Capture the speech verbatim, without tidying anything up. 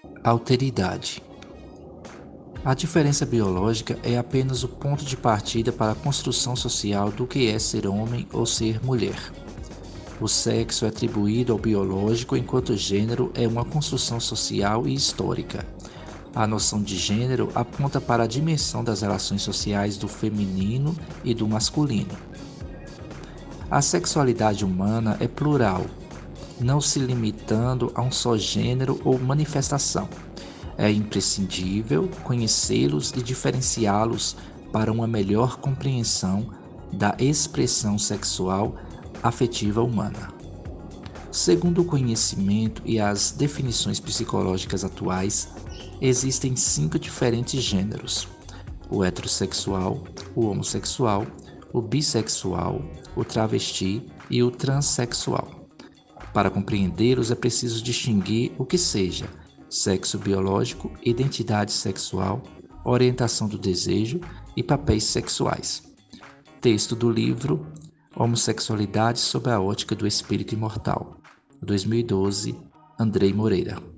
Alteridade. A diferença biológica é apenas o ponto de partida para a construção social do que é ser homem ou ser mulher. O sexo é atribuído ao biológico, enquanto gênero é uma construção social e histórica. A noção de gênero aponta para a dimensão das relações sociais do feminino e do masculino. A sexualidade humana é plural, não se limitando a um só gênero ou manifestação. É imprescindível conhecê-los e diferenciá-los para uma melhor compreensão da expressão sexual afetiva humana. Segundo o conhecimento e as definições psicológicas atuais, existem cinco diferentes gêneros: o heterossexual, o homossexual, o bissexual, o travesti e o transexual. Para compreendê-los é preciso distinguir o que seja sexo biológico, identidade sexual, orientação do desejo e papéis sexuais. Texto do livro Homossexualidade sob a ótica do espírito imortal, dois mil e doze, Andrei Moreira.